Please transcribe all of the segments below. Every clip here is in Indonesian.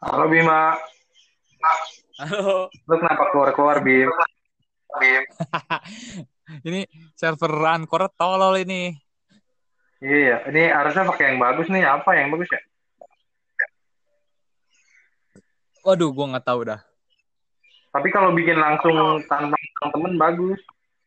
Halo Bima, Halo. lu kenapa keluar-keluar Bim? Ini server Anchor tolol ini. Iya, ini harusnya pakai yang bagus nih. Apa yang bagus ya? Waduh, gua nggak tahu dah. Tapi kalau bikin langsung tanpa temen bagus.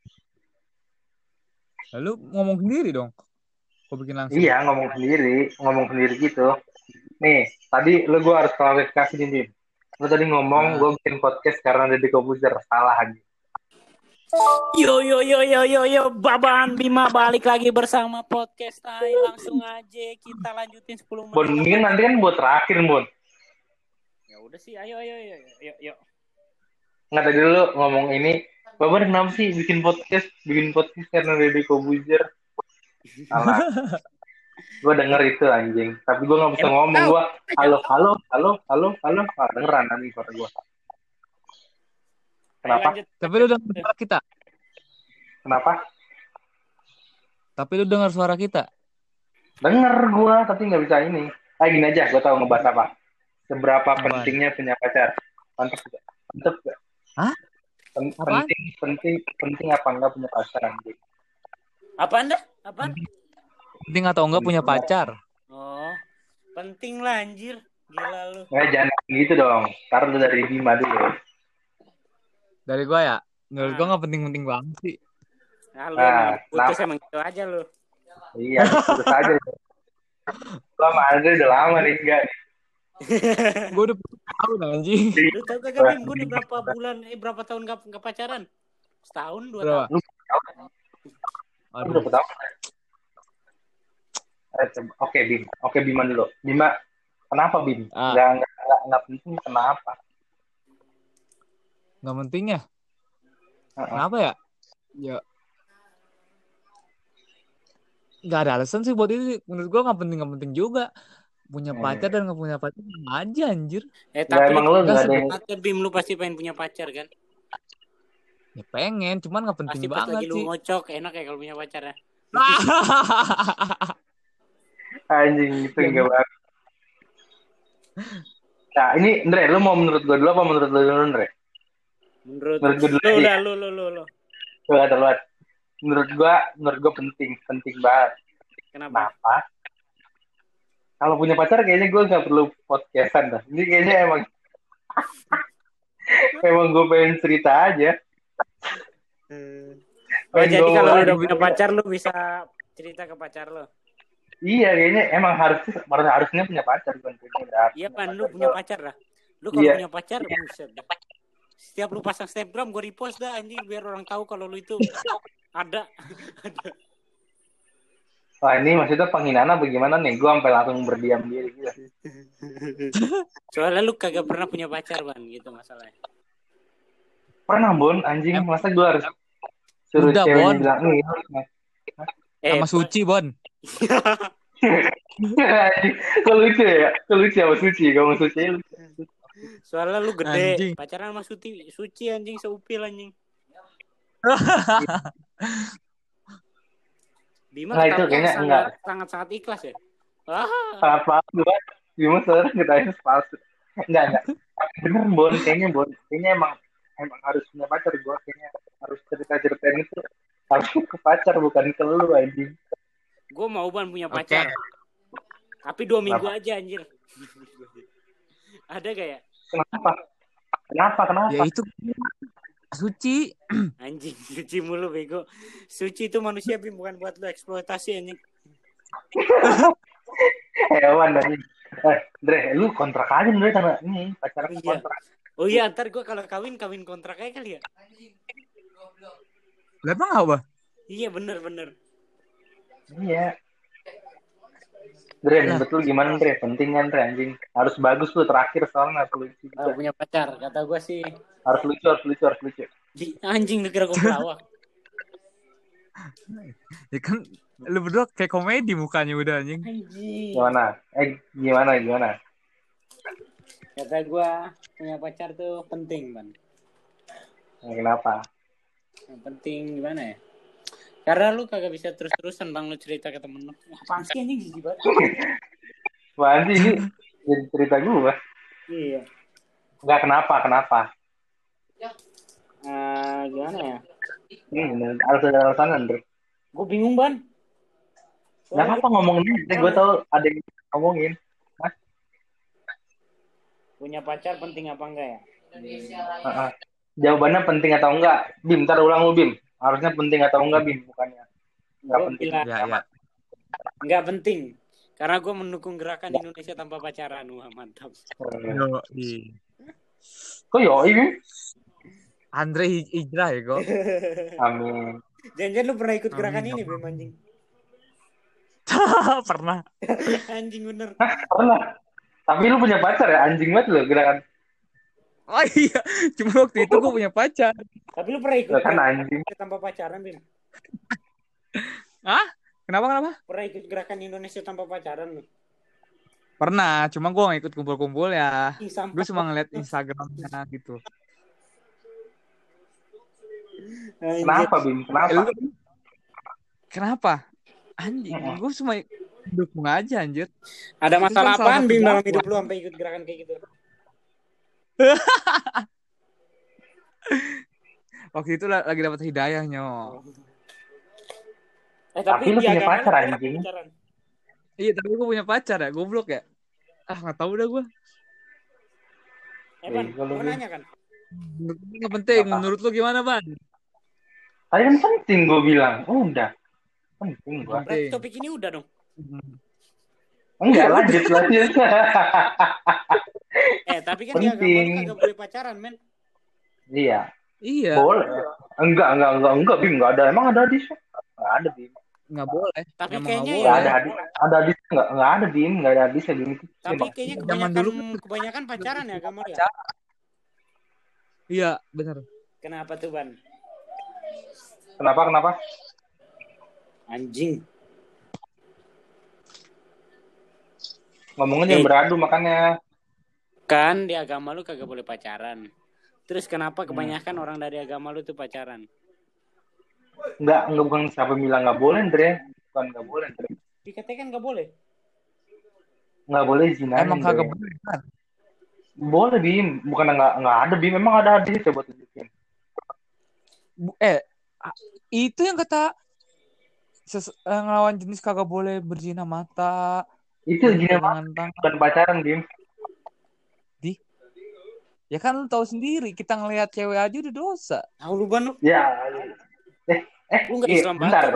Lalu ngomong sendiri dong. Gua bikin langsung. Iya, ngomong sendiri gitu. Nih, tadi gua harus klarifikasi nih Bim. Lu tadi ngomong Ah. gua bikin podcast karena Deddy Kobuzer. Salah aja. Yo yo yo yo yo yo Baban Bima balik lagi bersama podcast Tai. Langsung aja kita lanjutin 10 Bon, menit. ini kan nanti kan buat terakhir Bon. Ya udah sih, ayo ayo ayo ayo ayo. Nggak, tadi lu ngomong ini. Bapak kenapa sih bikin podcast karena Deddy Kobuzer? Salah. Gue denger itu anjing, tapi gue nggak bisa Emang ngomong. tahu? Gue halo halo halo halo halo, dengeran nanti suara gue. Ayo Kenapa? lanjut. Tapi lu dengar suara kita. Kenapa? Tapi lu dengar suara kita. Denger gue, tapi nggak bisa ini. Gini aja, gue tahu ngebahas apa. Seberapa Apaan? pentingnya punya pacar? Mantep gak? Mantep gak? Hah? Apaan? Penting apa enggak punya pacar anjing? Apa Anda? Apaan? Penting atau enggak punya pacar? Oh, penting lah anjir. Gila lu. Jangan gitu dong. Taruh dari Bima dulu. Dari gua ya. Menurut gua Nah. nggak penting-penting banget sih. Nah, lu Nah, emang putus kenapa? emang gitu aja lu. Iya, terus aja. Gue sama Andre udah lama nih, enggak. Gua udah tahu anjing. Lu tau kagak Bim, gue udah berapa tahun gak pacaran? Setahun, 2 Berapa? tahun. Lu berapa tahun? Oke Bim, oke Bima dulu. Bima, kenapa Bim? Ah. Nggak penting kenapa? Nggak penting ya? Kenapa ya? Ya nggak ada alasan sih buat itu. Menurut gua nggak penting juga. Punya pacar dan nggak punya pacar sama aja anjir. Tapi emang lu nggak ada yang... pacar Bim, lu pasti pengen punya pacar kan? Ya pengen, cuman nggak penting Pasti pas banget lagi lu sih. ngocok enak ya kalau punya pacar ya. Anjing itu enggak banget. Nah ini Andre, lu mau menurut gue dulu apa menurut lu dulu Andre? Menurut gue dulu lu aja. Lu. Gue kata lu. Menurut gue penting banget. Kenapa? Kalau punya pacar kayaknya gue nggak perlu podcastan dah. Ini kayaknya emang gue pengen cerita aja. Oh, jadi kalau lu udah punya pacar lu bisa cerita ke pacar lu. Iya, kayaknya emang harusnya punya pacar bukan punya. Iya kan, lu punya pacar lah. Lu kalau punya pacar, buset. Setiap lu pasang snapgram gue repost dah anjing biar orang tahu kalau lu itu ada. Wah ini maksudnya penghinaan apa gimana nih? Gue sampai langsung berdiam diri gitu. Soalnya lu kagak pernah punya pacar Ban, gitu masalahnya. Pernah Bon, anjing. Masa gue harus suruh udah, ceweknya Bon. bilang nih. Sama Suci, Bon. Kok lucu ya? Kok lucu sama Suci? Kamu Suci lucu. Soalnya lu gede, Anjing. pacaran sama Suci anjing seupil anjing. Bima Nah, itu kayaknya sangat ikhlas ya. Sangat palsu kan? Bima sebenarnya kita palsu. Enggak. Bener Bon, kayaknya emang harus punya pacar. Gue kayaknya harus cerita-ceritain itu harus ke pacar bukan ke lu anjing. Gue mau Ban punya pacar. Okay. Tapi 2 minggu aja anjir. Ada gak ya? Kenapa? Ya itu Suci. Anjing, Suci mulu bego. Suci itu manusia Bim, bukan buat lu eksploitasi anjing. Hewan anjing. Dre, lu kontrak aja Dre karena ini pacaran kontrak. Oh iya, ntar gue kalau kawin kontrak aja kali ya. Lah emang apa? Iya. Iya bener. Dre, betul gimana Dre? Penting kan Dre anjing. Harus bagus tuh terakhir soalnya harus lucu. Kalau punya pacar, kata gue sih. Harus lucu. Anjing lu kira gue pelawak. Ya kan lu berdua kayak komedi mukanya udah anjing. Gimana? Kata gue punya pacar tuh penting Ban. Kenapa? Yang penting gimana ya? Karena lu kagak bisa terus-terusan Bang lu cerita ke temen lu. Apaan sih anjing jijik banget. Apaan sih ini jadi cerita gue? Iya. Enggak, kenapa? Gimana ya? Harus ada alasan, Andre. Gue bingung, Ban. Nggak apa-apa ngomongin aja, gue tahu ada yang ngomongin. Mas, Punya pacar penting apa enggak ya? jawabannya penting atau enggak? Bim, ntar ulang lu, Bim. Harusnya penting atau enggak, Bim, bukannya enggak Gue penting. bilang Ya. enggak penting. Karena gue mendukung gerakan Indonesia tanpa pacaran. Wah, mantap. Kok yoi, Bim? Andre hijrah ya kok. Amin. Jangan lu pernah ikut gerakan Amin, ini, amin. Bim, anjing. Pernah. Anjing bener. Hah, pernah? Tapi lu punya pacar ya? Anjing banget lu gerakan. Oh iya, cuma waktu itu gue punya pacar. Tapi lu pernah ikut Kan gerakan anjing. Indonesia tanpa pacaran, Bim? Hah? Kenapa? Pernah ikut gerakan Indonesia tanpa pacaran lu? Pernah, cuma gue gak ikut kumpul-kumpul ya. Ih, sampah. Gue cuma ngeliat Instagramnya gitu. Anjir. Kenapa, Bim? Kenapa? Kenapa? Anjing, gue cuma dukung aja anjir. Ada Itu masalah kan salah apaan, satu Bim, dalam dakwah. hidup lu sampai ikut gerakan kayak gitu? Waktu itu lagi dapat hidayah, Nyo. Tapi lu di punya agama pacar, lu boleh anjing. pacaran. Iya, tapi gue punya pacar ya, goblok ya. Gak tahu dah gue. Ban, kalau gue Bim. nanya kan? Menurut lu gak penting, Apa? menurut lu gimana, Ban? Tadi kan penting gue bilang. Oh, udah. Penting gue. Berarti topik ini udah dong. Enggak, lanjut. Tapi kan di agama lu Penting. kagak boleh pacaran, men. Iya. Iya, Boleh. Enggak, Bim. Enggak ada. Emang ada hadis? Enggak ada, Bim. gak boleh. Tapi Emang kayaknya gak Enggak boleh. ada hadis. Ada hadis enggak ada, Bim. Enggak ada hadis ya, Bim. Tapi kayaknya Zaman dulu kebanyakan pacaran ya agama lu ya. Iya, benar. Kenapa tuh, Ban? Kenapa? Anjing. Ngomongnya jangan beradu makanya. Kan di agama lu kagak boleh pacaran. Terus kenapa kebanyakan orang dari agama lu tuh pacaran? Enggak bukan siapa bilang enggak boleh, Andre. Bukan enggak boleh, Andre. Dikatakan nggak boleh. Enggak boleh zina. Emang kagak boleh kan? Boleh, Bim. Bukan enggak ada, Bim. Memang ada hadis coba tunjukin. Itu yang kata ngelawan jenis kagak boleh berzina mata. Itu zina bukan pacaran, Bim. Ya kan lu tahu sendiri, kita ngelihat cewek aja udah dosa. Tahu lu, Ban? Ya. Lu nggak Islam bentar.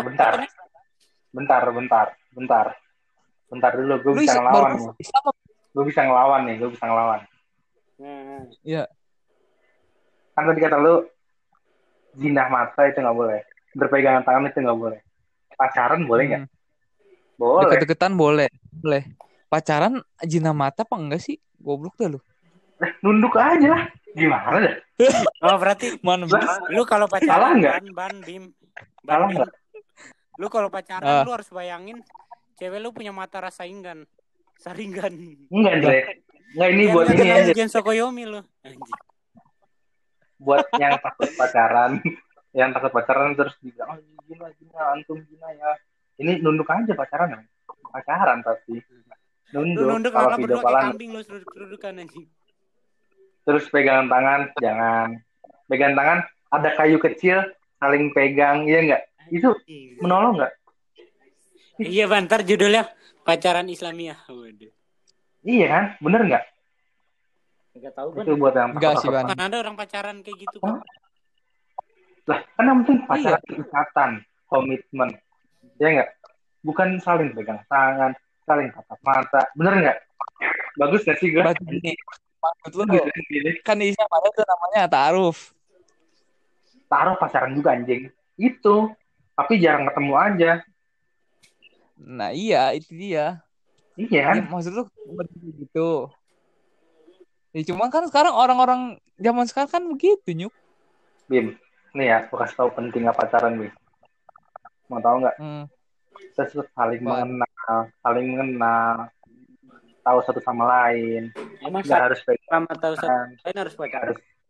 Bentar dulu, gue bisa ngelawan nih. Gue bisa ngelawan. Iya. Kan tadi kata lu zina mata itu nggak boleh, berpegangan tangan itu nggak boleh. Pacaran boleh nggak? Boleh. Deket-deketan boleh. Pacaran zina mata apa enggak sih? Goblok dah lu. Nunduk aja lah. Gimana dah? Oh, berarti Mana lu kalau pacaran Bim. Salah nggak? Lu kalau pacaran lu harus bayangin cewek lu punya mata saringan. Enggak, Andre. Enggak, ini buat ini aja. Jangan Sokoyomi lu. Anjing. Buat yang takut pacaran terus dibilang gina antum gina ya. Ini nunduk aja pacaran tapi nunduk kalau video kalan kambing lu dudukan anjing. Terus pegangan tangan, jangan pegangan tangan, ada kayu kecil saling pegang, iya enggak? Itu menolong enggak? Iya, bentar judulnya pacaran Islamiyah. Waduh. Iya kan? Bener enggak? Enggak tahu, Ban. Itu buat yang enggak sih, Ban. Mana ada orang pacaran kayak gitu, Ban. Lah, kan yang penting pacaran ikatan, komitmen. Ya enggak? Bukan saling pegang tangan, saling tatap mata. Bener enggak? Bagus enggak sih gue? Maksud lu kan di Islam ada tuh namanya ta'aruf. Ta'aruf pacaran juga anjing. Itu. Tapi jarang ketemu aja. Nah iya, itu dia. Iya kan? Ya, maksud lu gitu. Ya cuma kan sekarang orang-orang zaman sekarang kan begitu, Nyuk. Bim, nih ya, aku kasih tau pentingnya pacaran, Bim. Mau tahu nggak? Kita saling mengenal, tahu satu sama lain. Emang nggak harus sama tahu satu lain harus pacaran.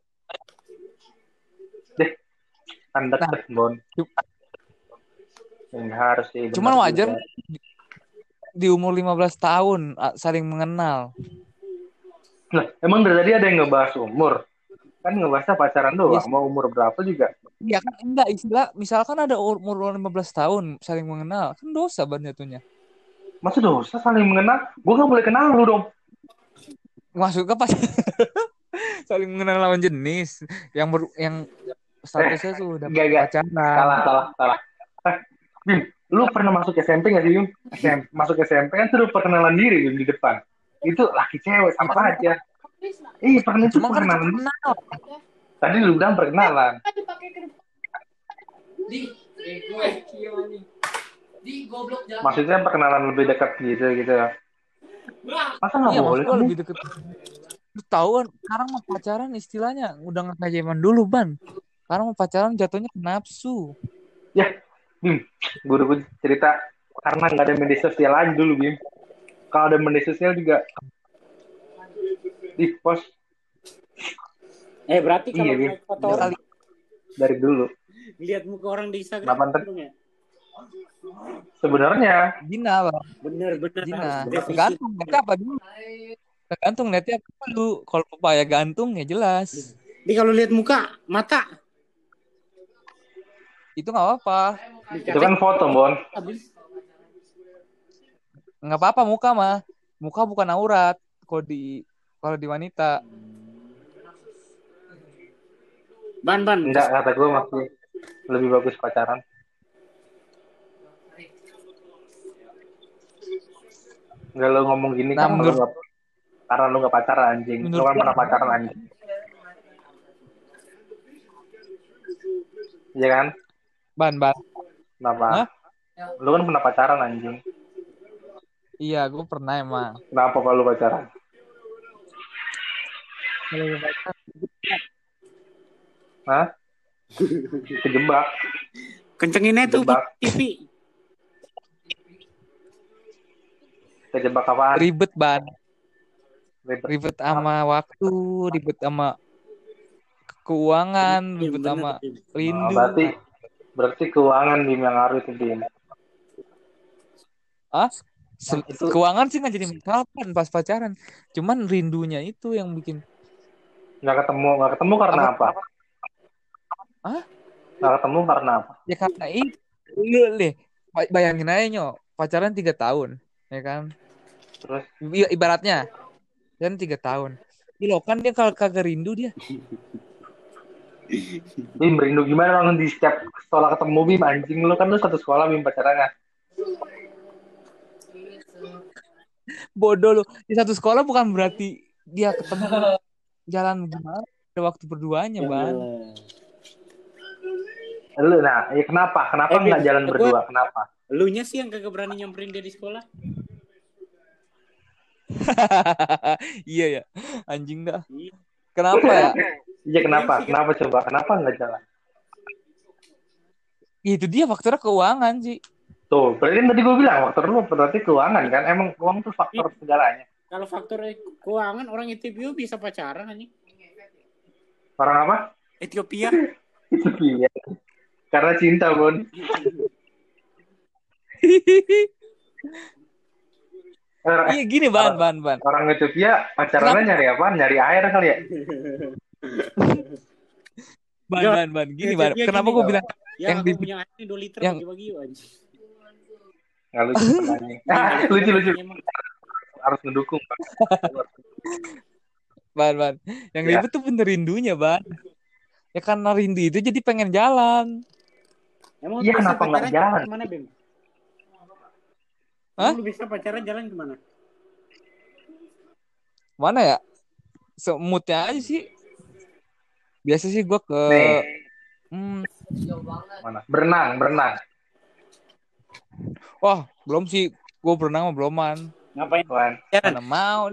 Kan deket, Bon. Nggak harus sih. Cuman wajar di umur 15 tahun saling mengenal. Lah, emang dari tadi ada yang ngebahas umur? Kan ngebahasnya pacaran doang, Yes. mau umur berapa juga. Iya kan enggak istilah misalkan ada umur 15 tahun saling mengenal kan dosa ban jatuhnya. Masa dosa saling mengenal? Gue gak boleh kenal lu dong. Maksudnya pas saling mengenal lawan jenis yang statusnya tuh udah Gak. pacaran. Salah. Bim, lu pernah masuk SMP gak sih, Bim? Masuk SMP kan sudah perkenalan diri, Bim, di depan. Itu laki cewek, sama aja. Pernah itu Cuma kan perkenalan. kenal. Tadi lu bilang perkenalan. Maksudnya perkenalan lebih dekat gitu. Masa nggak Iya boleh? maksud gua lebih deket. Lu tahu kan sekarang mah pacaran istilahnya udah nggak kayak zaman dulu ban. Sekarang mah pacaran jatuhnya ke nafsu. Ya, Bim, guru cerita karena nggak ada media sosial aja dulu, Bim. Kalau ada media sosial juga di post. Berarti kalau Iya, Bim. naik foto orang, Dari dulu. lihat muka orang di Instagram ya? Sebenarnya Bener. Gina. Tergantung netnya apa dulu. Tergantung netnya apa dulu. Kalau papaya gantung ya jelas. Jadi kalau lihat muka, mata. Itu nggak apa-apa. itu kan foto, Bon. Nggak apa-apa muka mah. Muka bukan aurat. Kalau di wanita. Ban. Enggak, kata gue masih lebih bagus pacaran. Enggak, lo ngomong gini Nah, karena lu nggak pacaran, anjing. Lu kan pernah pacaran, anjing. Iya kan? Ban. Kenapa? Hah? Lu kan pernah pacaran, anjing. Iya, gue pernah emang. Kenapa kalau lu pacaran? Kalau gue pacaran, Hah? Kejebak. Kencenginnya tuh TV. Kejebak apaan? ribet ban. Ribet sama waktu, ribet sama keuangan, ribet sama rindu. Berarti keuangan, Bim, yang harus itu, Bim. Keuangan sih nggak jadi masalah kan pas pacaran. Cuman rindunya itu yang bikin. Nggak ketemu karena apa? Nggak ketemu karena apa? Ya karena itu. Lu deh, bayangin aja nyok, pacaran 3 tahun, ya kan? Terus? Ibaratnya, kan 3 tahun. Lo kan dia kalau kagak rindu dia. Bim, rindu gimana orang di setiap sekolah ketemu, Bim, anjing. Lu kan satu sekolah, Bim, pacarannya. Bodoh lu. Di satu sekolah bukan berarti dia ketemu jalan gimana. Ada waktu berduanya, Bang. Lu, nah, ya kenapa nggak jalan berdua? Kenapa? Elunya sih yang kagak berani nyamperin dia di sekolah. Iya ya, anjing dah. Kenapa ya? Iya, kenapa coba? Kenapa nggak jalan? Itu dia faktornya keuangan sih. Tuh, berarti tadi gue bilang faktor lu berarti keuangan kan? Emang uang tuh faktor segalanya. Kalau faktor keuangan, orang Ethiopia bisa pacaran anjing. Orang apa? Ethiopia. Iya. Karena cinta, Bon. Iya gini, Ban. Orang Ethiopia pacarannya nyari apa? Nyari air kali ya? Ban. Gini, Ban. Kenapa gue bilang yang di punya air 2 liter bagi-bagi anjing. Nggak lucu. Lucu. Harus ngedukung, Pak. Ban. Yang ribet tuh bener rindunya, Ban. Ya karena rindu itu jadi pengen jalan. Emang iya, kenapa nggak jalan? Kemana, Bim? Hah? Lu bisa pacaran jalan kemana? Mana ya? Semutnya aja sih. Biasa sih gue ke... Mana? Berenang. Wah, belum sih. Gue berenang mah beloman. Ngapain? Mana mau.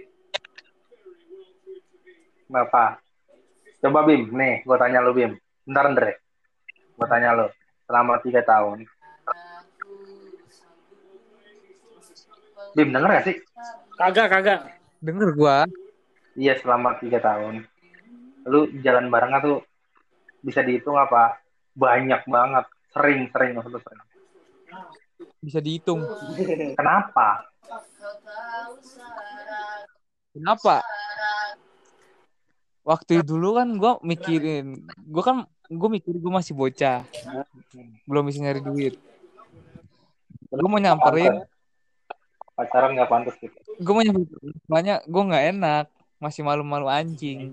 Kenapa? Coba, Bim. Nih, gue tanya lu, Bim. Bentar, Andre. Gue tanya lu. Selama 3 tahun. Bim, denger gak sih? Kagak. Denger gue. Iya, selama 3 tahun. Lu jalan barengnya tuh bisa dihitung apa? Banyak banget. Sering. Maksudnya sering. Bisa dihitung. Kenapa? waktu dulu kan gue mikir gue masih bocah, belum bisa nyari duit. Gue mau nyamperin, pacaran nggak pantas gitu. gue mau nyamperin, banyak gue nggak enak, masih malu-malu anjing.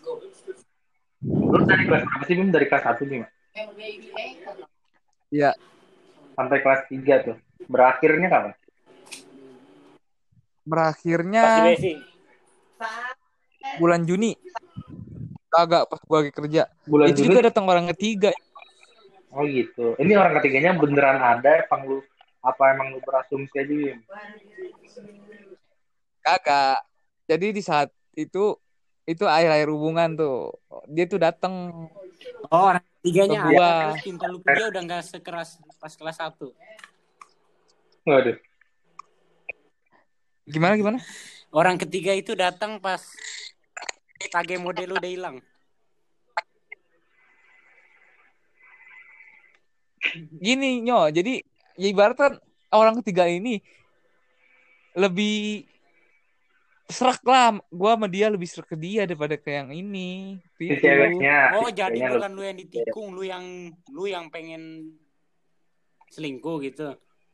Lu dari kelas berapa sih, Bim? Dari kelas 1 nih, Iya, sampai kelas 3 tuh. Berakhirnya kapan? berakhirnya Pas di besi. bulan Juni. Kagak, pas gue lagi kerja. Bulan Itu Juni. juga datang orang ketiga. Oh gitu. Ini orang ketiganya beneran ada, emang lu berasumsi aja, Bim? Kagak. Jadi di saat itu akhir-akhir hubungan tuh. Dia tuh datang Oh, orang ketiganya ke gua. ada. Terus cinta lu ke dia udah nggak sekeras pas kelas 1. Waduh. Gimana? Orang ketiga itu datang pas tage model lu udah hilang. Gini, Nyo. Jadi ya ibaratkan orang ketiga ini lebih serak lah. Gua sama dia lebih serak ke dia daripada ke yang ini. Si ceweknya. Oh, jadi bukan lu yang ditikung, lu yang pengen selingkuh gitu.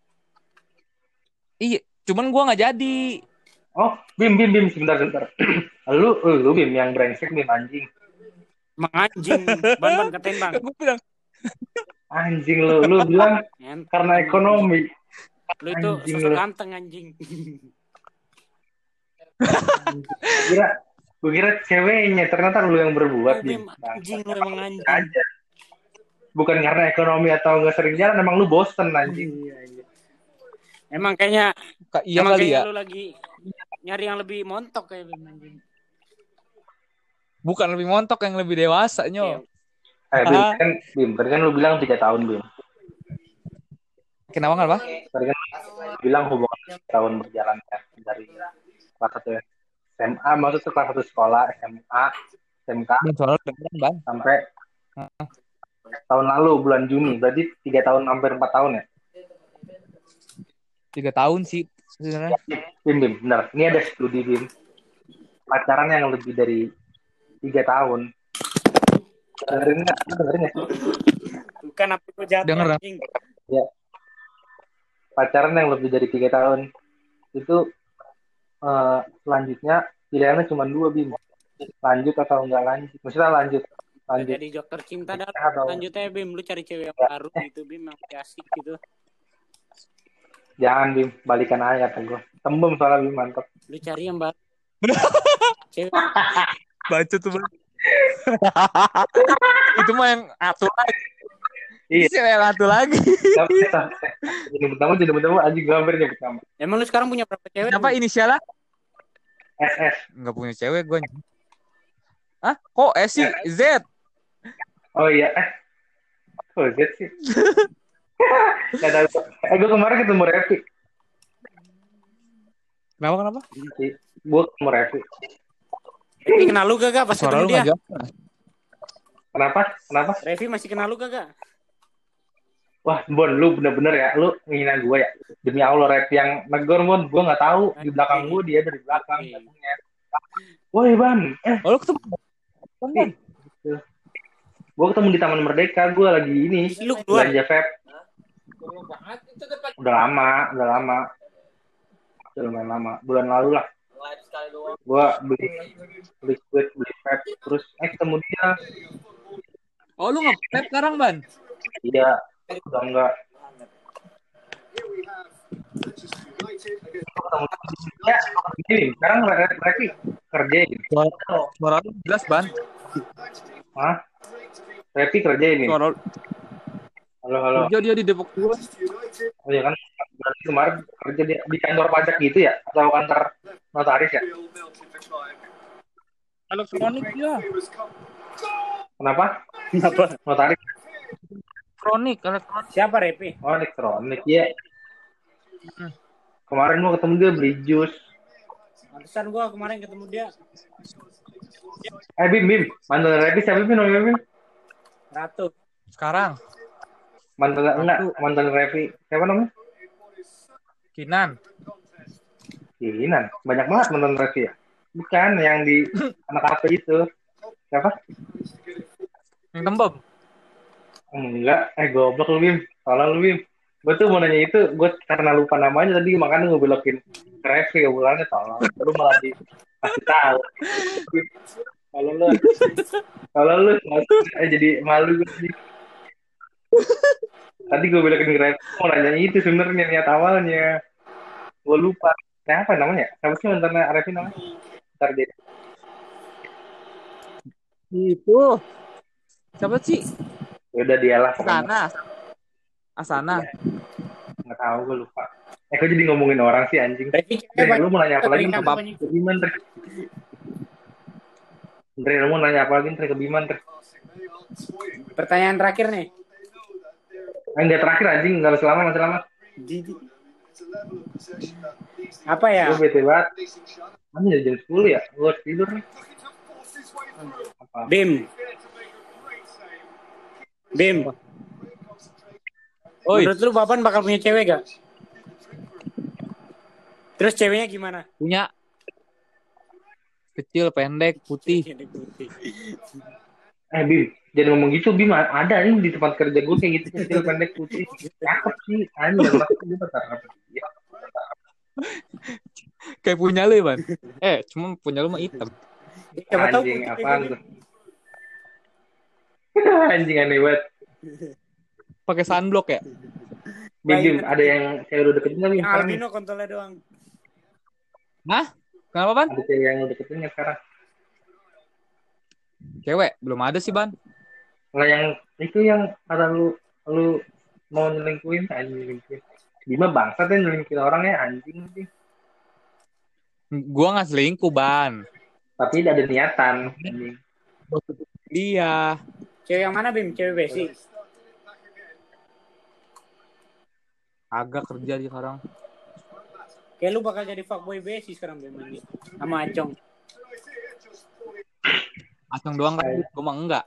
Iya, cuman gua nggak jadi. Oh, Bim, sebentar. lu Bim yang brengsek, Bim, anjing. Emang anjing, ban katain bang. Gua bilang, anjing lu bilang karena ekonomi. Lu itu sosok ganteng anjing. Gue kira ceweknya, ternyata lu yang berbuat. Bim, anjing lu emang anjing. Aja. Bukan karena ekonomi atau nggak sering jalan, emang lu bosen anjing. Emang kayaknya emang kali ya. Lu lagi nyari yang lebih montok kayak Bim anjing. Bukan lebih montok, yang lebih dewasa, Nyo. Bim, tadi kan lu bilang 3 tahun, Bim. Kenapa nggak, Pak? Tadi kan lu bilang hubungan 3 tahun berjalan ya, dari kelas 1 SMA, maksudnya kelas 1 sekolah, SMA, SMK, sampai tahun lalu bulan Juni, berarti 3 tahun, hampir 4 tahun ya? 3 tahun sih sebenarnya. Bim, benar. Ini ada studi, Bim. Pacaran yang lebih dari 3 tahun. Dengerin nggak? Bukan apa itu jatuh anjing. Ya. Pacaran yang lebih dari 3 tahun itu selanjutnya pilihannya cuma 2, Bim. Lanjut atau enggak lanjut. Maksudnya lanjut. Jadi dokter cinta dah. Lanjutnya Bim, lu cari cewek yang baru gitu, Bim, yang asik gitu. Jangan, Bim, balikan aja kata gue. Tembem soalnya, Bim, mantap. Lu cari yang baru. Cewek. Baca tuh, Bang. Itu mah yang atu lagi. Iya. Siapa yang atu lagi? Jadi pertama anjing gue hampir nyebut nama. Emang lu sekarang punya berapa cewek? Apa inisialnya? SS. Enggak punya cewek gue. Hah? Kok S sih? Z? Oh iya. Oh Z sih. Gue kemarin ketemu Revi. Kenapa? Gue ketemu Revi. Revi kenal lu gak pas ketemu dia? Kenapa? Revi masih kenal lu gak? Wah, Bon, lu bener-bener ya, lu menghina gue ya. Demi Allah, Revi yang negor, Bon, gue nggak tahu di belakang gue, dia dari belakang. Woi, Ban. Lu ketemu? Gue ketemu di Taman Merdeka, gue lagi ini. Lu belanja vape. Udah lama. Lumayan lama. Bulan lalu lah. Gue beli vape, terus ketemu dia. Oh, lu nge-vape sekarang, Ban? Iya, udah enggak. Ya, ini sekarang Revi kerja gitu. Suara lu jelas, Ban. Hah? Revi kerja ini. Halo. Kerja dia di Depok juga. Oh iya kan, berarti kemarin kerja di kantor pajak gitu ya? Atau kantor notaris ya? Elektronik ya. Kenapa? Notaris. Elektronik. Siapa Revi? Oh, elektronik ya. Kemarin gua ketemu dia beli jus. Pantesan gua kemarin ketemu dia. Bim. Mantan Revi siapa Bim namanya Bim? Ratu. Sekarang. Mantan Revi. Siapa namanya? Kinan. Banyak banget mantan Revi ya. Bukan yang di anak apa itu. Siapa? Yang tembem. Enggak, goblok lu Bim. Salah lu Bim. Gue tuh mau nanya itu, gue karena lupa namanya tadi makanya gue belokin ke Refri bulannya tolong. Lu malah dikasih tahu. Kalau lu, kalau lu jadi malu gue sih. Tadi gue belokin ke Refri mau nanya itu sebenarnya niat awalnya. Gue lupa. Nah, apa namanya? Siapa sih mantan Refri namanya? Ntar deh. Itu. Siapa sih? Ya udah dialah pokoknya. Asana. Nggak tahu, gue lupa. Kok jadi ngomongin orang sih anjing. Lu mau nanya apa lagi? Ke Biman, Tre. Andre, lu mau nanya apa lagi, Tre? Ke Biman, Tre. Pertanyaan terakhir nih. Enggak terakhir anjing, enggak masih lama. Apa ya? Gue bete banget. Ini jam 10 ya? Gue harus tidur nih. Apa? Bim. Oi. Menurut lu Bapan bakal punya cewek gak? Terus ceweknya gimana? Punya. Kecil, pendek, putih. Bim, jangan ngomong gitu, Bim. Ada nih di tempat kerja gue kayak gitu, kecil, pendek, putih. Cakep sih. Anjing, maksudnya dia pacar apa? Kayak punya lu, Ban. Cuma punya lu mah hitam. Anjing, apaan tuh? Anjing aneh banget. Pakai sunblock ya? Bim, ada yang cewek udah deketin nggak? Yang albino kontolnya doang. Hah? Kenapa, Ban? Ada cewek yang udah deketin nggak sekarang? Cewek? Belum ada sih, Ban. Nggak yang itu yang kata lu mau nyelingkuhin, anjing. Bima bangsat ya nyelingkuhin orangnya, anjing sih. Gua nggak selingkuh, Ban. Tapi ada niatan, anjing. Iya. Cewek yang mana, Bim? Cewek basic? Agak kerja di sekarang. Kayak lu bakal jadi fuckboy basic sekarang, Bim. Sama Acong. Acong doang kan? Gue mah enggak.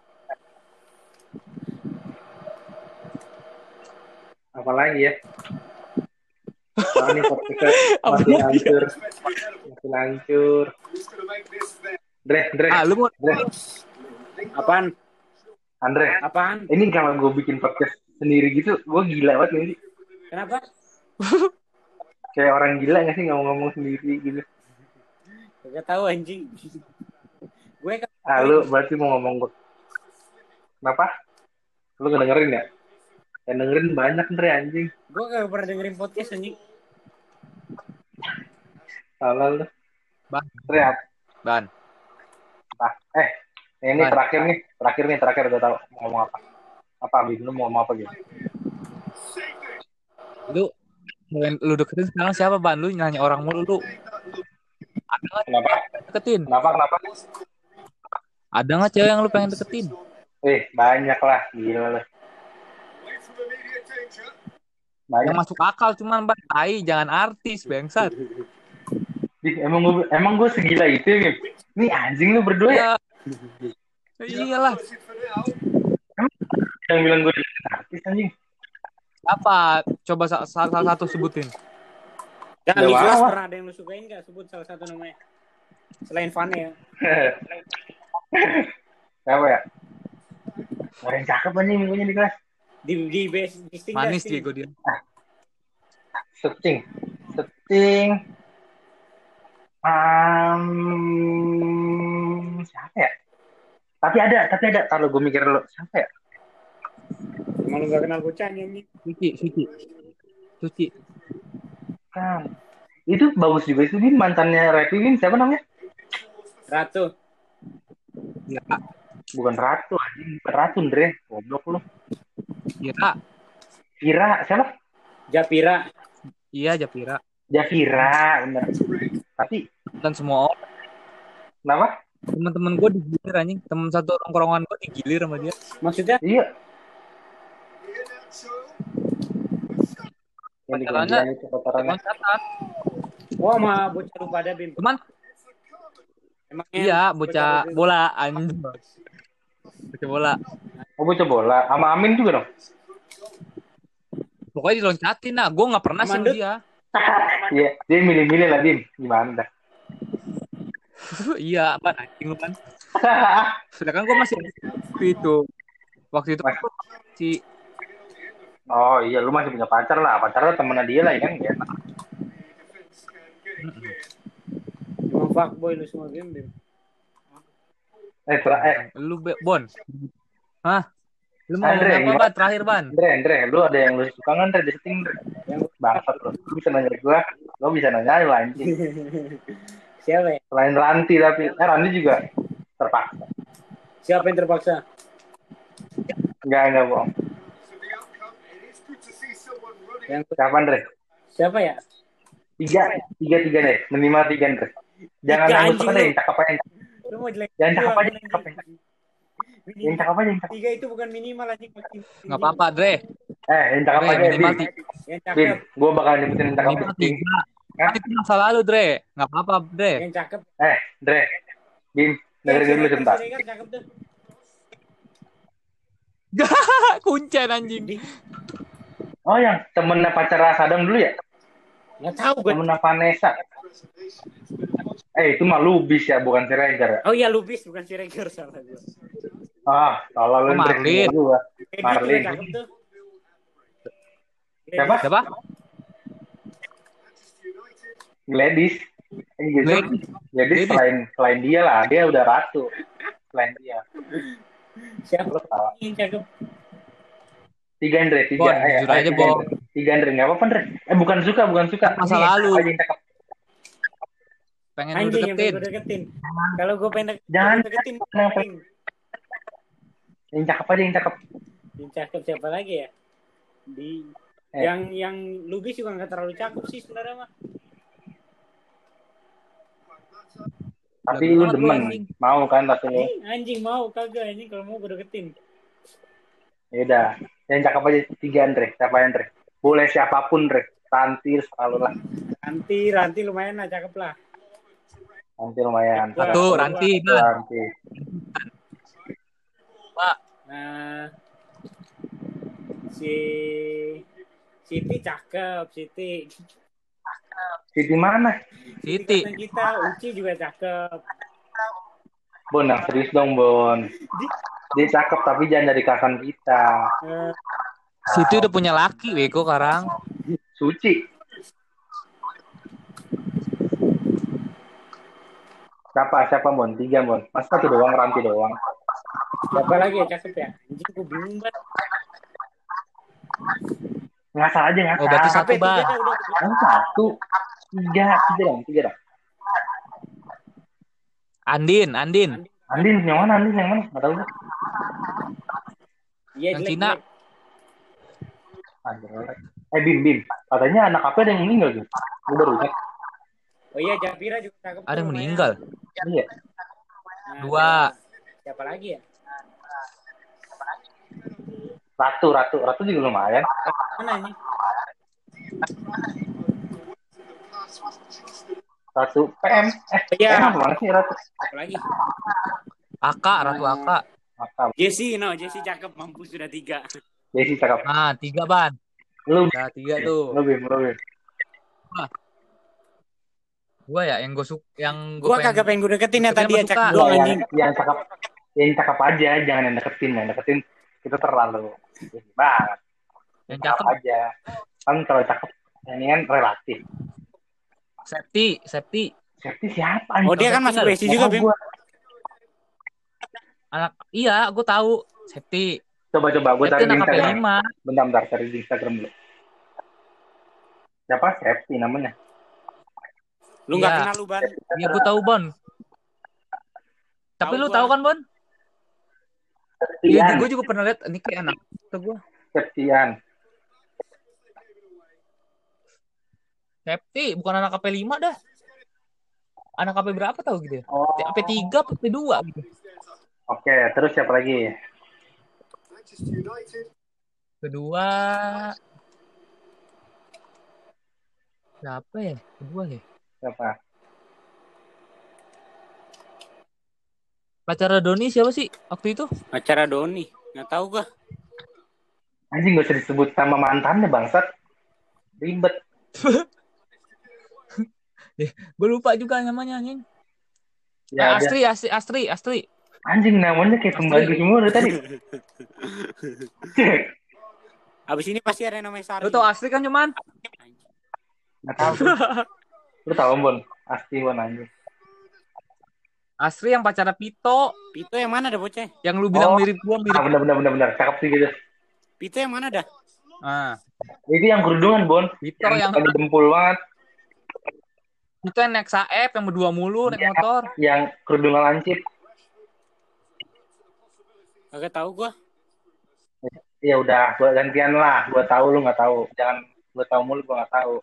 Apalagi ya? Nah, ini podcast masih hancur. Dre. Lu mau? Apaan? Andre. Apaan? Ini kalau gue bikin podcast sendiri gitu, gue gila banget nih. Kenapa? Kayak orang gila nggak sih ngomong sendiri gitu? Gak tahu anjing. Gue kan. Lu berarti mau ngomong gue. Kenapa? Lu ngedengerin ya? Yang dengerin banyak Andre anjing. Gue gak pernah dengerin podcast anjing. Salah lu. Ban. Teriak. Ban. Ini terakhir udah tahu mau ngomong apa. Apa Bim? Lu mau ngomong apa gitu? Lu deketin sekarang siapa, Ban? Lu nanya orang mulu lu. Ada nggak? Kenapa? Deketin. Kenapa? Ada nggak cewek yang lu pengen deketin? Banyak lah, gila lah. Banyak. Yang masuk akal cuman Ban, jangan artis, bangsat. Emang gue segila itu ya, Bim? Nih anjing lu berdua ya? Iyalah. Yang bilang gue artis anjing. Apa? Coba salah satu sebutin. Jangan di kelas pernah ada yang lu sukain gak? Sebut salah satu namanya. Selain Fane ya. Siapa ya? Orang yang cakep anjing minggunya di kelas. Di base manis dia gue dia. Seting. Siapa ya? Tapi ada. Kalau gue mikir lo, siapa ya? Emang lu gak kenal bocahnya nih? Suci. Kan. Itu bagus juga itu, Bin. Mantannya Revin, siapa namanya? Ratu. Ya. Bukan Ratu, anjing. Ratu, Andre. Goblok lu. Kira, siapa? Japira. Iya, Japira. Javira, bener. Tapi dan semua orang. Kenapa? Teman-teman gue digilir anjing. Teman satu tongkrongan gue digilir sama dia. Maksudnya? Iya. Yang digilir itu kotorannya. Oh, sama bocah lu pada Bim. Cuman iya, bocah bola anjing. Bocah bola. Oh, bocah bola. Sama Amin juga dong. Pokoknya diloncatin gue nggak pernah sih dia. Iya, dia milih-milih lah Bim. Gimana dah? Iya, apa anjing lu kan? Sedangkan gue masih itu. Waktu itu Mas. si Oh iya, lu masih punya pacar lah. Pacarnya temennya dia lah, ya kan? Ya. Emang fuckboy lu semua Bim. lu Bon. Hah? Lu mau Andre, ngomong apa, Ban? Terakhir, Ban. Andre, lu ada yang lu suka nggak, Andre, di setting, Andre? Yang bangsat lu. Lu bisa nanya gue, lu bisa nanya lu anjing. Siapa ya? Selain Ranti, tapi Ranti juga terpaksa. Siapa yang terpaksa? Enggak, bohong. Siapa, Andre? Siapa ya? Tiga deh, minimal 3, Andre. Jangan yang lu suka deh, yang cakep aja. Lu mau jelek? Jangan cakep aja, yang cakep aja. 3 itu bukan minimal anjing. Nggak apa-apa, Dre. Yang cakep Dre, aja, minimal Bim. Yang Bim, cakep. gue bakal nyebutin yang cakep. Minimal 3. Kan itu masa lalu, Dre. Nggak apa-apa, Dre. Yang cakep. Dre, Bim, dengerin dulu sebentar. Cakep tuh. Kuncen anjing. Oh, yang temennya pacar Sadam dulu ya? Nggak tahu gue. Temennya Vanessa. Itu mah Lubis ya, bukan Siregar ya? Oh iya, Lubis bukan Siregar, salah gue. Salah lu. Marlin. Marlin. Siapa? Gladys. Gladys selain dia lah, dia udah ratu. Selain dia. Siapa yang cakep? 3, Andre, 3. Bon, jujur aja, Bon. 3, Andre, nggak apa-apa, Andre. Bukan suka. Masa lalu. Pengen lu deketin. Kalau gue pengen deketin. Yang cakep aja, yang cakep. Yang cakep siapa lagi ya? Yang Lubis juga nggak terlalu cakep sih sebenarnya mah. Tapi lu demen. Mau kan tapi lu? Anjing mau kagak anjing, kalau mau gue deketin. Yaudah, yang cakep aja 3, Andre. Siapa, Andre? Boleh siapapun, Andre. Ranti selalu lah. Ranti lumayan lah, cakep lah. Ranti lumayan. Satu, Ranti. Pak. Siti cakep, Siti. Siti mana? Siti. Kita Uci juga cakep. Bon, yang serius dong, Bon. Dia cakep tapi jangan dari kasan kita. Siti udah punya laki, Weko sekarang. Suci. Siapa, Bon? 3, Bon. Masa 1 doang, Ranti doang. Siapa lagi ya cakep ya? Anjing, gue bingung banget. Ngasal aja, ngasal. Oh, berarti 1, Bang. 1. 3 dong. Andin, yang mana? Nggak tahu. Iya, yang Cina. Bim. Katanya anak apa ada yang meninggal tuh? Gue baru cek. Oh iya, Japira juga cakep. Ada yang meninggal. Iya. 2. Siapa lagi ya? Ratu juga lumayan. Mana ini? Ratu PM. Iya. Mana sih Ratu? Apa lagi? Ratu Aka. Jessie cakep, mampus sudah 3. Jessie cakep. 3, Ban. Lu. Udah 3 tuh. Lu. Gua ya yang gue suka, yang gue kagak pengen gue deketin ya tadi ya, cakep doang anjing. Yang cakep aja, jangan yang deketin itu terlalu banget. Yang cakep aja. Kan kalau cakep ini kan relatif. Septi siapa? Oh, dia kan masuk BSC juga, Bim. Iya, gue tahu. Septi. Coba gue cari di Instagram. 5. Bentar, cari di Instagram dulu. Siapa? Septi namanya. Lu nggak kenal lu, Ban? Iya, gue tahu, Bon. Tapi lu tahu kan, Bon? Iya, gue juga pernah lihat. Ini kayak anak itu gue. Septi, bukan anak AP5 dah. Anak AP berapa tahu gitu ya? AP3, AP2 gitu. Oke, terus siapa lagi? Kedua. Siapa ya? Kedua ya? Siapa? Pacar Doni siapa sih waktu itu? Pacar Doni, nggak tahu gua. Anjing gak usah disebut sama mantannya bangsat. Ribet. Gue lupa juga namanya anjing. Ya, Astri. Anjing namanya kayak pembantu semua dari tadi. Abis ini pasti ada yang namanya Sari. Lu tau Asri kan cuman? Nggak tahu. Lu tahu Bon? Asti Bon anjing. Asri yang pacarnya Pito. Pito yang mana dah bocah? Yang lu bilang mirip gua, mirip. Benar. Cakep sih gitu. Pito yang mana dah? Itu yang kerudungan Bon. Pito yang ada dempul banget. Itu yang naik saep, yang berdua mulu, naik motor. Yang kerudungan lancip. Kagak tahu gua. Ya udah, gua gantian lah. Gua tahu lu nggak tahu. Jangan gua tahu mulu, gua nggak tahu.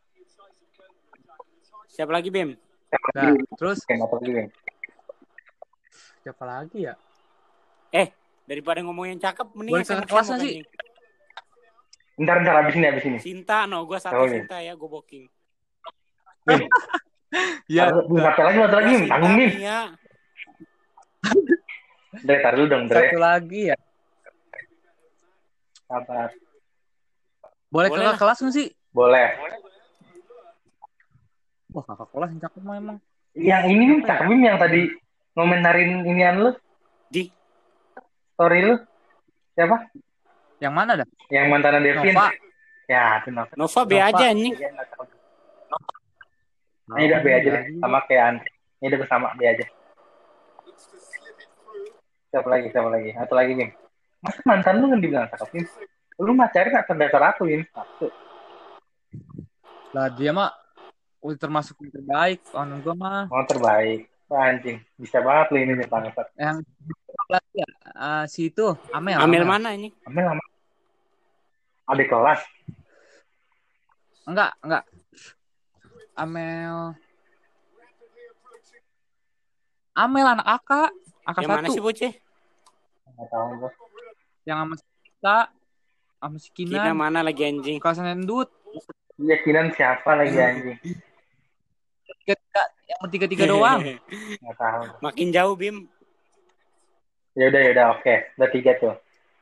Siapa lagi Bim? Nah, terus Bim. siapa lagi ya? Daripada ngomong yang cakep, mending boleh ke kelas nggak sih? Ntar abis ini. Sinta, gua satu Sinta ya, gua booking. Iya. Satu lagi, tanggung nih. Iya. Dre, tar dulu dong, Dre. Satu lagi ya. Sabar. Boleh ke kelas nggak sih? Boleh. Wah, kakak kelas yang cakep mah emang. Yang ini nih cakep Bim, yang tadi ngomentarin inian lu. Di story lu. Siapa? Yang mana dah? Yang mantan Devin. Nova. Ya, itu Nova B aja anjing. Ini udah B aja deh, sama kayak Andre. Ini udah bersama B aja. Siapa lagi? Atau lagi Bim? Masa mantan lu kan dibilang cakep Bim? Lu pacarin gak terdasar aku Bim? Lah dia mah udah termasuk yang terbaik. Orang gua mah. Oh terbaik. Wah, anjing, bisa banget lu ini nih bangsat. Yang lagi ya, si itu Amel. Amel mana ini? Amel lama. Adik kelas. Enggak. Amel anak Aka yang satu. mana sih bocah? Enggak tahu gua. Yang sama kita, sama si Kina mana lagi anjing? Kelasan Endut. Iya, Kinan siapa lagi anjing? Yang bertiga doang. Enggak tahu. Makin jauh Bim. Ya udah, oke. Udah 3 tuh.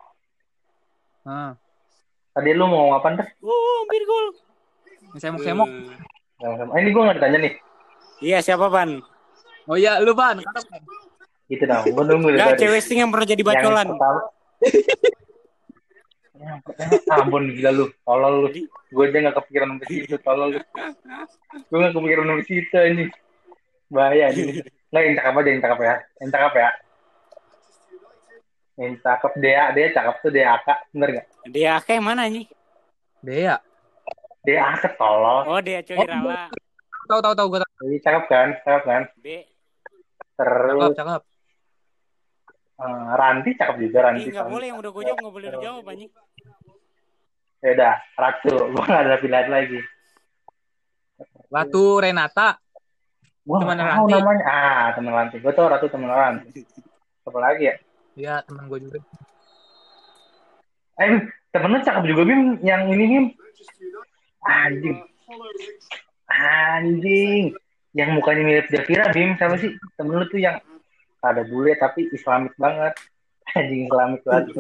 Tadi lu mau ngomong apa ntar? Hampir gol. Semok. Ini gue nggak ditanya nih. Iya, siapa Ban? Oh iya, lu Ban. Gitu dong, gue nunggu. Gak, cewek sting yang pernah jadi bacolan. Ampun, gila lu. Tolol lu. Gue aja gak kepikiran sampai situ. Tolol lu. Gue gak kepikiran sampai situ ini. Bahaya ini. Nggak, yang cakep ya. Yang cakep Dea cakep tuh Dea Aka. Bener gak? Dea Aka yang mana nih? Dea Aka tolol. Oh, Dea Coirala. Tahu gue tahu. Ini cakep kan? B. Terus cakep. Ranti cakep juga Ranti. Nggak boleh, yang udah gue jawab nggak boleh dijawab anjing. Ya udah, Ratu. Gue nggak ada pilihan lagi. Ratu Renata. Gue nggak tahu namanya. Teman Ranti. Gue tau Ratu teman Ranti. Apa lagi ya? Iya, teman gue juga. Temen lu cakep juga Bim. Yang ini Bim. Anjing. Yang mukanya mirip Javira Bim. Siapa sih? Temen lu tuh yang ada bule tapi Islamik banget. Anjing Islamik banget.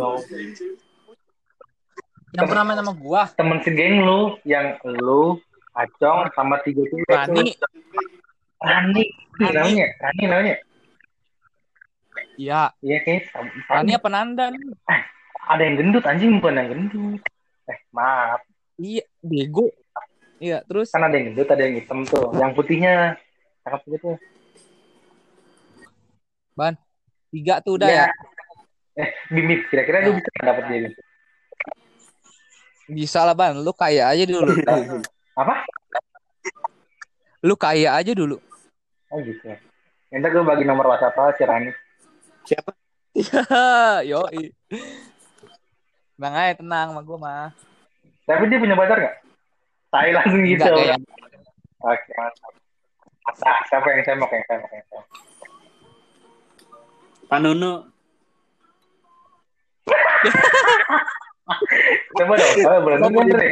Yang pernah main sama gua. Temen segeng lu. Yang lu, Acong, sama 3 cewek. Rani namanya. Iya. Iya kayak. Rani apa Nanda nih? Ada yang gendut anjing, bukan yang gendut. Maaf. Iya, bego. Iya, terus kan ada yang gendut, ada yang hitam tuh. Yang putihnya cakep gitu. Ban, 3 tuh udah ya. Bim, kira-kira lu bisa dapat dia? Bisa lah Ban, lu kaya aja dulu. Apa? Lu kaya aja dulu. Oh gitu ya. Nanti gue bagi nomor WhatsApp si Rani. Siapa? Yoi. Bang aja tenang sama gue mah. Tapi dia punya pacar gak? Saya langsung gitu. Oke, mantap. Siapa yang saya mau? Pak Nuno. Coba dong, berani Andre.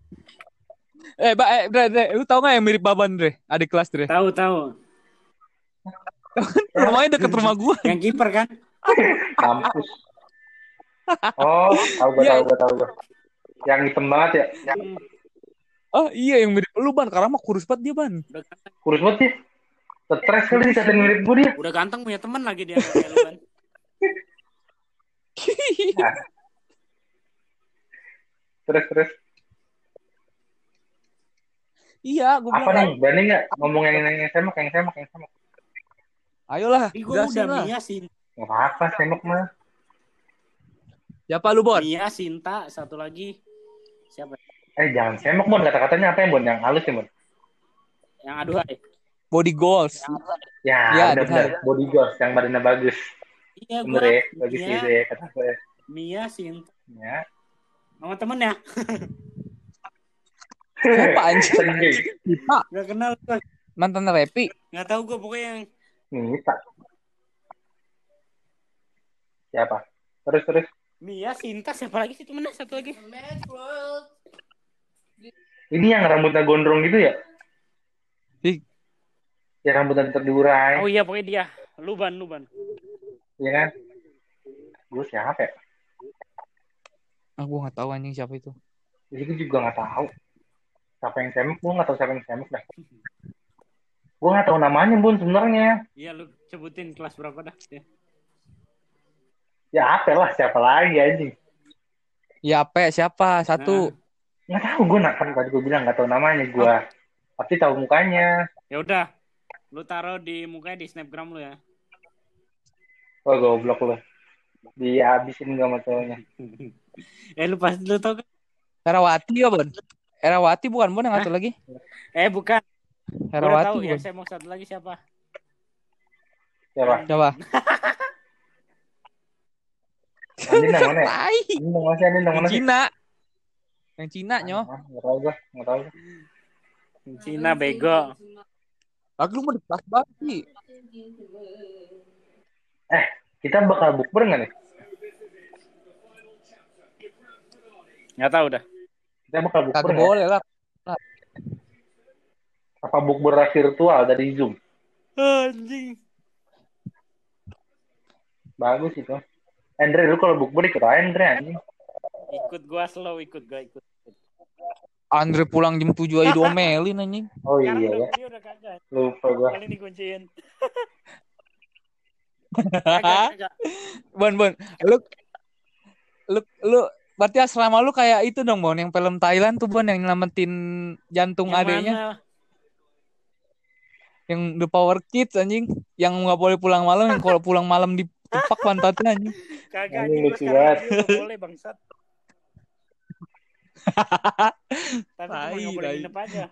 Dre, lu tau gak yang mirip Baban Dre? Adik kelas Dre. Tahu. Rumahnya deket rumah gua. Yang kiper kan? Kampus. Oh, tahu gue. Yang hitam banget ya. Oh iya, yang mirip lu Ban, karena mah kurus banget dia Ban. Kurus banget sih. Stres kali dikatain mirip gue dia. Udah ganteng punya teman lagi dia kayak lu Ban. Nah, terus Iya, gue apa bilang nih? Berani nggak ngomong yang semak? ayolah, Ih, gue gasin udah lah. Mia Sinta. Nggak apa-apa semak mah. Siapa lu, Bon? Mia Sinta, satu lagi siapa? Jangan semak Bon, kata-katanya apa ya Bon? Yang halus ya Bon? Yang aduhai. Body goals. Ya, Ya, benar-benar body goals yang badannya bagus. Iya, Bener gue ya, bagus Mia, gitu ya kata gue. Mia Sinta. Ya. Sama temennya. Siapa anjing? Sengit. Kita Gak kenal gue. mantan Repi. Gak tahu gue pokoknya yang Nita. Siapa? Terus. Mia Sinta, siapa lagi sih temennya? Satu lagi. Ini yang rambutnya gondrong gitu ya? Ih, Ya rambutnya terdurai. Oh iya, pokoknya dia. Luban. Iya kan? Gue siapa ya? gue nggak tahu anjing siapa itu. Jadi gue juga nggak tahu. Siapa yang semak? Gue nggak tahu siapa yang semak dah. Gue nggak tahu namanya Bun sebenarnya. Iya, lu sebutin kelas berapa dah? Ya apa lah, siapa lagi anjing? Ya, siapa? Satu. Nggak tahu gue kan tadi gue bilang nggak tahu namanya gue. Tapi tahu mukanya. Ya udah, lu taruh di mukanya di snapgram lu ya. Oh goblok lu. Dihabisin gak sama cowoknya. Lu pasti lu tau kan? Herawati ya, Bon? Herawati bukan, Bon, yang satu lagi? Bukan. Gua udah Herawati tahu ya, bukan? saya mau satu lagi siapa? Siapa? Coba. Andin yang mana ya? Tai. Andin yang mana sih? Cina. Yang Cina, nyo. Nggak tahu gue. Cina bego. Aku lu mau dekat banget sih. Kita bakal bukber nggak nih? Nggak tahu dah. Kita bakal bukber Kagak nggak? boleh lah. Apa bukber virtual dari Zoom? Anjing. Bagus itu. Andre, lu kalau bukber ikut aja Andre anjing. Ikut gua slow, ikut. Andre pulang jam 7 aja diomelin anjing. Oh Sekarang iya ya. dia udah kagak. Lupa gue. Kali ini kunciin. Kagak. Bon, lu berarti asrama lu kayak itu dong, Bon, yang film Thailand tuh, Bon, yang nyelamatin jantung Yang adeknya, mana? yang The Power Kids anjing, yang nggak boleh pulang malam, yang kalau pulang malam ditepak pantatnya anjing. Kagak, Anjing gua lucu sekarang banget. dia udah boleh bangsat. Tapi cuma nggak boleh nginep aja.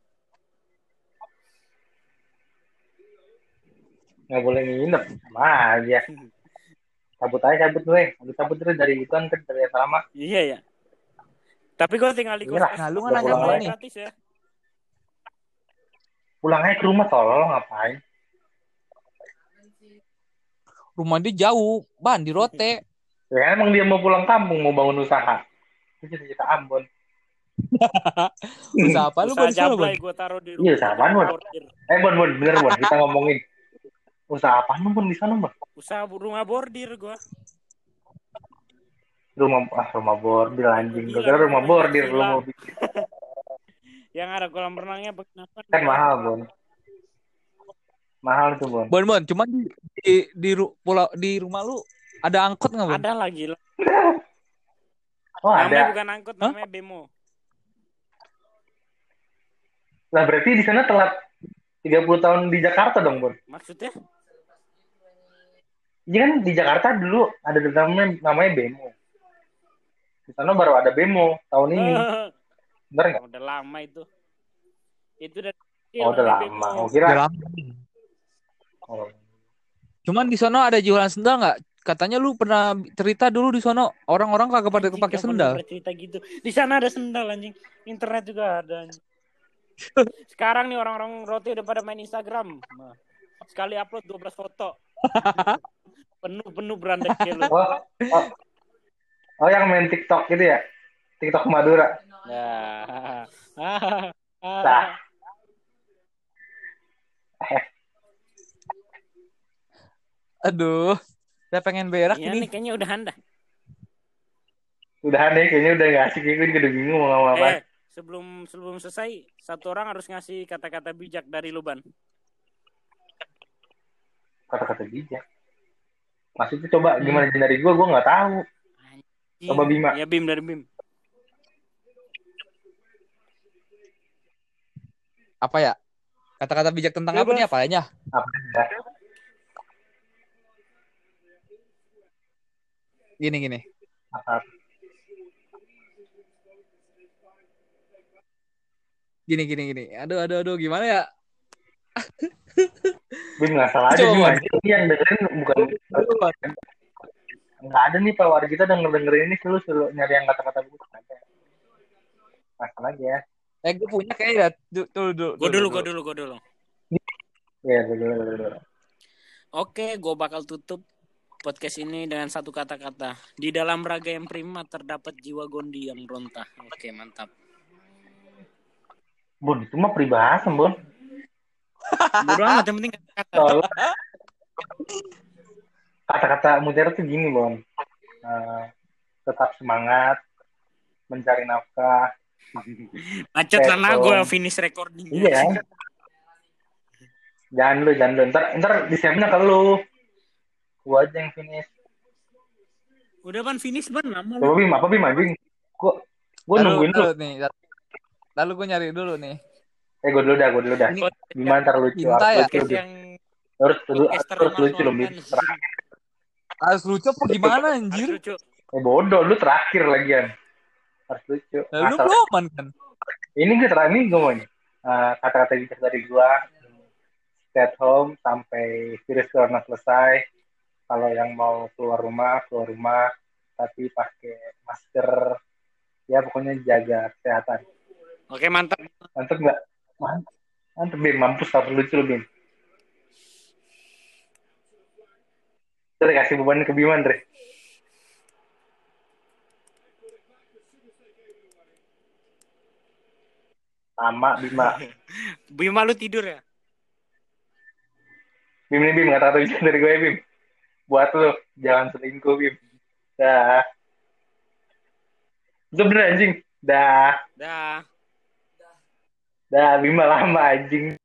Nggak boleh nginep. Sama aja. Cabut terus dari itu kan dari asrama. Iya ya. Tapi gua tinggal di kos. Nah, lu kan nanya gua nih. nih. Gratis ya. Pulangnya ke rumah tolol ngapain? Rumah dia jauh, Ban, di Rote. Ya emang dia mau pulang kampung, mau bangun usaha. Itu cita-cita Ambon. Usaha apa lu, Bon? Jablay gua taruh di rumah. Iya, usaha apaan, Bon? Bon, bener Bon, kita ngomongin. Usaha apaan Bon di sana, Bon? Usaha rumah bordir gua. Rumah bordir anjing. Gue kira rumah bordir lu mau bikin. Yang ada kolam renangnya penginapan. Kan mahal, Bon. Mahal tuh, Bon. Bon, cuman di rumah lu ada angkot nggak, Bon? Ada lagi. Oh, namanya ada. Bukan angkot, namanya bemo. Lah berarti di sana telat 30 tahun di Jakarta dong, Bon. Maksudnya? Iya kan di Jakarta dulu ada namanya bemo. Di sana baru ada bemo tahun ini. Bener nggak? Udah lama itu. Itu udah. Udah lama. Oh, kira. Udah lama. Oh. Cuman di sono ada jualan sendal nggak? Katanya lu pernah cerita dulu di sono orang-orang kagak pada pakai sendal. Cerita gitu. Di sana ada sendal anjing. Internet juga ada. Sekarang nih orang-orang roti udah pada main Instagram. Sekali upload 12 foto. penuh berandek lu. Oh, yang main TikTok gitu ya? TikTok Madura. Nah. Aduh, saya pengen berak ini. Nih, kayaknya udahan dah. Udahan deh, kayaknya udah gak asik. Gue udah bingung mau ngomong apa. Sebelum selesai, satu orang harus ngasih kata-kata bijak dari lu, Ban. Kata-kata bijak. Maksudnya coba gimana dari gue gak tahu. Coba Bima. Ya Bim dari Bim. Apa ya? Kata-kata bijak tentang apa nih apanya? Apa ya? Gini. Apa? Gini. Aduh, gimana ya? Bim nggak salah aja Coba, Bim Bon. aja. Ini yang dengerin bukan nggak ada nih Pak Wari kita dengerin ini selalu nyari yang kata-kata bagus. Masalah aja. Gue punya kayaknya. Gue dulu. Ya betul. Oke, gue bakal tutup podcast ini dengan satu kata-kata. Di dalam raga yang prima terdapat jiwa Gondi yang meronta. Oke, mantap. Bon, itu mah peribahasa, Bon. Bodoh amat, yang penting kata-kata. Kata-kata mutiara tuh gini, Bon. Tetap semangat, mencari nafkah. Macet lah gue finish recording. Iya. Jangan lu. Ntar disiapinnya ke lu. Gua aja yang finish. Udah Ban finish Ban lama. Coba Bim, apa Bim anjing? Gua nungguin lu. Lalu gue nyari dulu nih. Gua dulu dah. Gimana ntar lucu? Harus lucu lu Bim. Harus lucu apa gimana anjir? Bodoh, lu terakhir lagian. Harus lucu. Lu belum kan? Ini gue terakhir ngomongin. Kata-kata bijak dari gua. Stay at home sampai virus corona selesai. Kalau yang mau keluar rumah, tapi pakai masker. Ya pokoknya jaga kesehatan. Oke, mantap. Mantap nggak? Mantap Bim, mampus harus lucu lu Bim. Terus kasih beban ke Bima, Dre. Sama Bima. Bima lu tidur ya? Bim nih Bim, kata-kata bijak dari gue Bim. Buat lu, jangan selingkuh Bim. Dah. Itu bener anjing. Dah. Bima lama anjing.